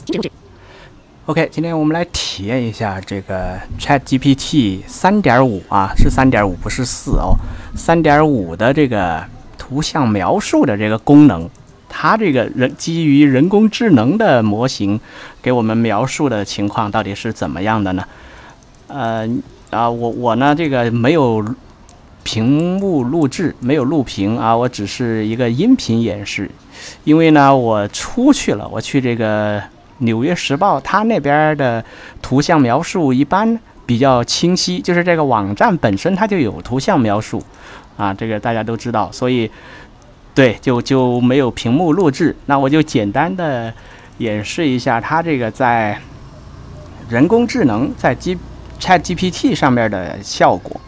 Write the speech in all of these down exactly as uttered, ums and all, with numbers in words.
OK， 今天我们来体验一下这个 ChatGPT 三点五 啊，是三点五不是四哦， 三点五 的这个图像描述的这个功能。它这个人基于人工智能的模型给我们描述的情况到底是怎么样的呢？呃啊，我我呢这个没有屏幕录制，没有录屏啊，我只是一个音频演示。因为呢我出去了，我去这个纽约时报，它那边的图像描述一般比较清晰，就是这个网站本身它就有图像描述啊，这个大家都知道，所以对就就没有屏幕录制。那我就简单的演示一下它这个在人工智能在 G ChatGPT 上面的效果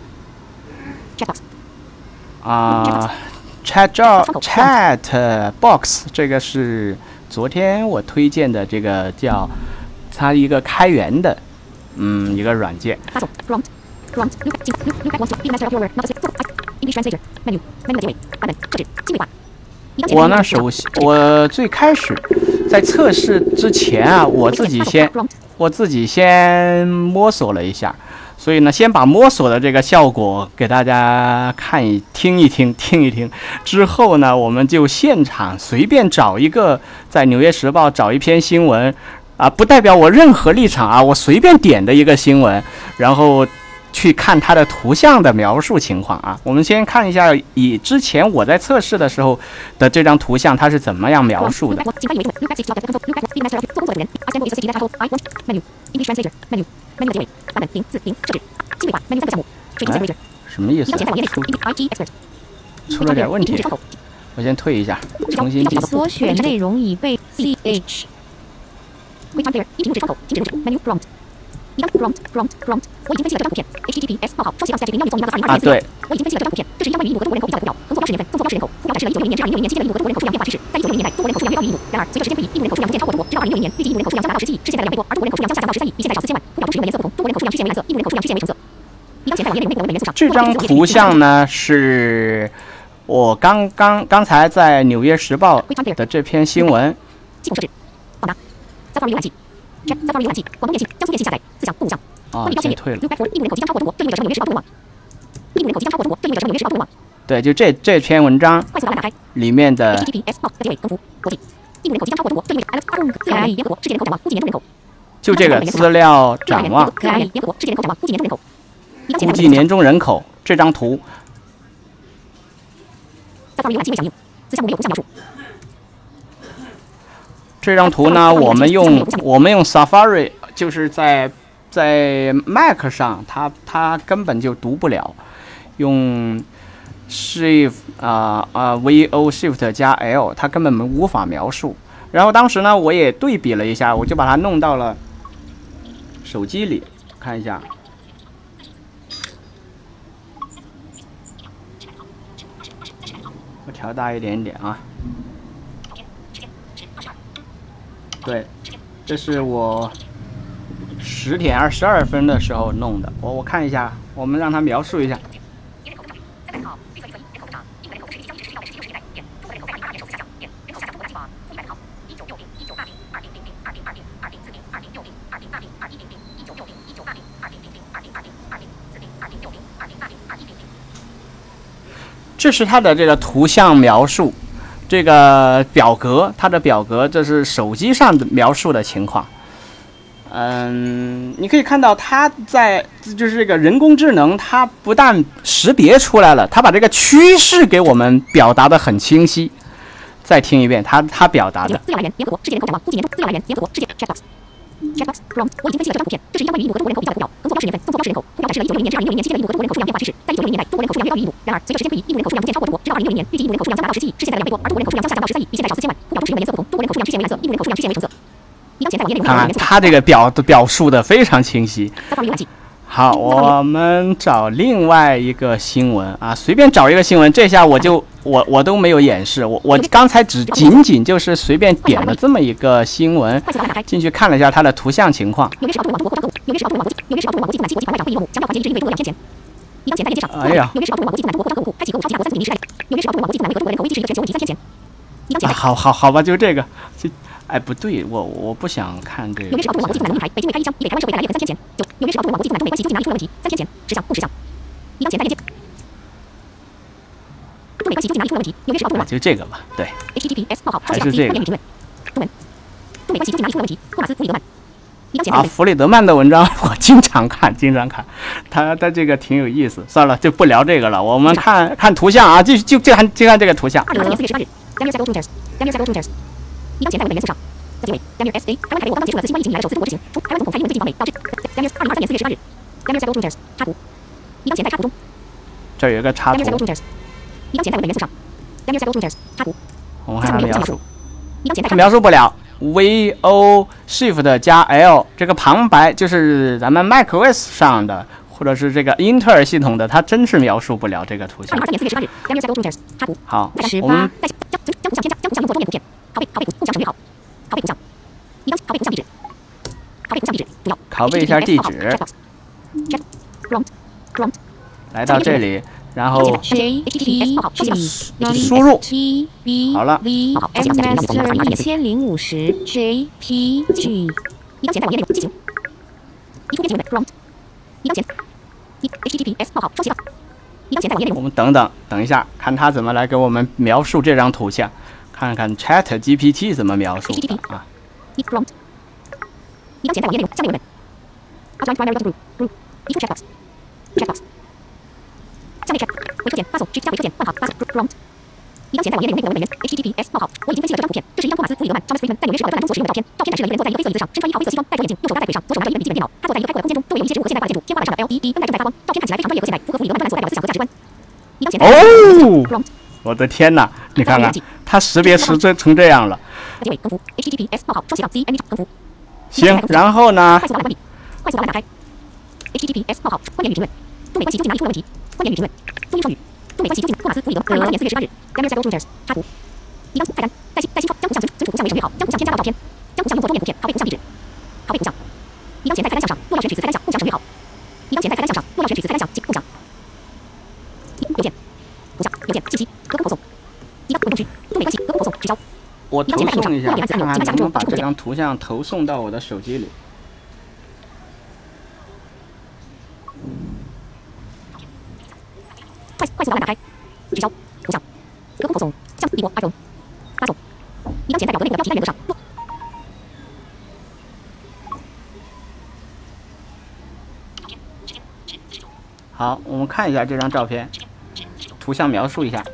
啊。Chat Chat Box 这个是昨天我推荐的，这个叫它一个开源的嗯一个软件。我呢首先我最开始在测试之前啊，我自己先我自己先摸索了一下。所以呢，先把摸索的这个效果给大家看一听一听听一听，之后呢，我们就现场随便找一个，在《纽约时报》找一篇新闻，啊，不代表我任何立场啊，我随便点的一个新闻，然后去看它的图像的描述情况啊。我们先看一下以之前我在测试的时候的这张图像，它是怎么样描述的。哎，什么意思？出了点问题，我先退一下，重新进。 所选内容已被 C H。 啊，对。 我已经分析了这张图片，这是一张关于印度和中国人口比较的图表。横坐标是人份，纵坐标是人口。图表展示了一九六零年至二零六零年期间的印度和中国人口数量变化趋势。在一九六零年代，中国人口数量约高于印度。然而，随着时间推移，印度人口数量逐渐超过中国，直到二零六零年，预计印度人口数量将达到十七亿，是现在的两倍多。而中国人口数量将下降到十三亿，比现在少四千万。图表中使用的颜色不同，中国人口数量曲线为蓝色，印度人口数量曲线为橙色。一张前在老年内容内部的元素上。 这张图像呢是我刚刚刚才在《纽约时报》的这篇新闻。 系统设置放大 Safari 浏览器 Chat Safari 浏览器广东电信江苏电信下载四项共五项。 啊，先退了。 印度人口即将超过中国，这意味着什么？纽约时报中文网。印度人口即将超过中国，这意味着什么？纽约时报中文网。 对，就这这篇文章里面的。 H T T P S 报的结尾更符国际。印度人口即将超过中国，这意味着 Alex 自然联合国世界人口展望估计年中人口。 就这个资料展望。 自然联合国世界人口展望估计年中人口。 估计年中人口这张图。 Safari 浏览器未响应，此项目没有图像描述。 这张图呢，我们用我们用 Safari， 就是在在 Mac 上，它它根本就读不了，用 Shift 啊、呃、啊 V O Shift 加 L， 它根本无法描述。然后当时呢，我也对比了一下，我就把它弄到了手机里看一下。我调大一点点啊。对，这是我十点二十二分的时候弄的。我我看一下，我们让他描述一下。这是它的这个图像描述。这个表格，它的表格，这是手机上的描述的情况。嗯，你可以看到它在就是这个人工智能，它不但识别出来了，它把这个趋势给我们表达的很清晰。再听一遍，它它表达的。 资料来源：联合国世界人口展望估计年中。资料来源：联合国世界 Chatbox。Chatbox Prompt， 我已经分析了这张图片，这是一张关于印度和中国人口比较的图表。横坐标是年份，纵坐标是人口。图表展示了一九六零年至二零六零年期间的印度和中国人口数量变化趋势。在一九六零年代，中国人口数量约高于印度。然而，随着时间推移，印度人口数量逐渐超过中国，直到二零六零年，预计印度人口数量将达到十七亿，是现在的两倍多。而中国人口数量将下降到十三亿，比现在少四千万。图表中使用的颜色不同，中国人口数量曲线为蓝色，印度人口数量曲线为橙色。一张前在老年内容内部的元素。看， 它这个表表述的非常清晰。 Safari 浏览器。 好，我们找另外一个新闻啊，随便找一个新闻。这下我就我我都没有演示，我我刚才只仅仅就是随便点了这么一个新闻进去看了一下它的图像情况。 纽约时报中文网国国张客户，纽约时报中文网国际，纽约时报中文网国际副部长会议落幕，强调团结一致应对中国两天前。一张前在链接上。 哎呀， 纽约时报中文网国际副部长国国张客户，开启购物超级大国三四零零时代。纽约时报中文网国际副部长为何中国人口危机是一个全球问题，三千前。一张前。 啊，好好好吧，就这个，就哎，不对，我我不想看这个。 纽约市劳动网国际共享能力牌被惊为开一箱，也给台湾社会带来连三千钱。九，纽约市劳动网国际共享中美关系究竟哪里出了问题？三千钱，十项，共十项。一当前在链接。中美关系究竟哪里出了问题？纽约市劳动网。 就这个吧，对。 H T T P S 冒号还是这个。 中文。中美关系究竟哪里出了问题？托马斯·弗里德曼。 啊，弗里德曼的文章我经常看，经常看，他他这个挺有意思。算了，就不聊这个了，我们看看图像啊，就就就看就看这个图像。 二零二零年四月十八日 ，Daniel Sago Reuters Daniel Sago Reuters。一当前在文本元素上。结尾 Daniel S A 台湾台北我刚刚结束了自新冠疫情以来的首次出国之行，除台湾总统蔡英文的最近访美，导致 Daniel 二零二三年四月十八日 Daniel Sago Reuters 插图。一当前在插图中。 这有一个插图。 Daniel Sago Reuters。一当前在文本元素上 Daniel Sago Reuters 插图。 我们看看描述。 一当前在描述不了。V O Shift 加 L 这个旁白就是咱们 macOS 上的，或者是这个英特尔系统的，它真是描述不了这个图像。好，我们将将将图像添加，将图像用作桌面图片。拷贝拷贝图共享省略号。拷贝图像。一当拷贝图像地址。拷贝图像地址主要。 拷贝一下地址。来到这里。然后输入，好了。 Master 一千零五十 J P G。 一当前在网页内容进行。一图片请问 prompt。一当前。一 H T T P S 冒号双斜杠。一当前在网页内容。 我们等等，等一下，看他怎么来给我们描述这张图像，看看 Chat G P T 怎么描述啊。 一 prompt。一当前在网页内容下面文本。Outline primary dot group group。一处 checkbox。checkbox。下面 check 回车键发送 G 加回车键换号发送 prompt。一当前在网页内容内文本源 H T T P S 冒号我已经分析了这张图片，这是一张托马斯·弗里德曼 Thomas Friedman 在纽约市考的专栏中所使用的照片。照片展示了一个人坐在一个黑色椅子上，身穿一号灰色西装，戴着眼镜，右手搭在腿上，左手拿着一本笔记本电脑。他坐在一个开阔的空间中，周围有一些植物和现代化的建筑，天花板上的 L E D 灯带正在发光。照片看起来非常专业和现代，符合弗里德曼专栏所代表的思想和价值观。一当前在哦，我的天哪！你看看，它识别成这成这样了。 结尾更符 H T T P S 冒号双斜杠 C N 更符。 行，然后呢？ 快速导览关闭，快速导览打开。H T T P S 冒号关键与评论，中美关系究竟哪里出了问题？关键与评论，中英双语。中美关系究竟？托马斯·弗里德二零二四年四月十八日 Daniel Sago Reuters 插图。一当菜单在新在新创将图像存存储图像为省略号，将图像添加到照片，将图像用作桌面图片。拷贝图像地址，拷贝图像。一当前在菜单项上，若要选取此菜单项共享省略号。一当前在菜单项上，若要选取此菜单项即共享。邮件，图像，邮件，信息，隔空投送。一当文中区，中美关系隔空投送取消。 我投送一下，看看能不能把这张图像投送到我的手机里。 快快速导览打开，取消图像，隔空投送，向帝国 iPhone 发送。一当前在表格内的标题单元格上。 好，我们看一下这张照片，图像描述一下。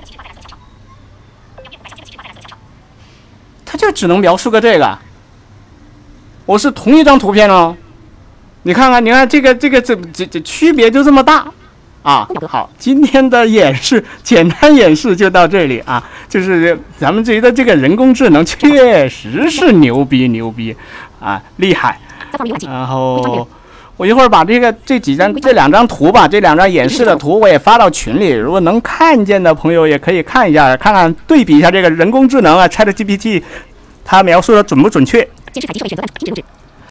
它就只能描述个这个。我是同一张图片哦，你看看，你看这个这个这这这区别就这么大。啊，好，今天的演示简单演示就到这里啊，就是咱们觉得这个人工智能确实是牛逼牛逼啊，厉害。然后我一会儿把这个这几张这两张图吧，这两张演示的图我也发到群里，如果能看见的朋友也可以看一下，看看对比一下这个人工智能啊 ，Chat G P T 它描述的准不准确。 监视采集设备选择按停止录制。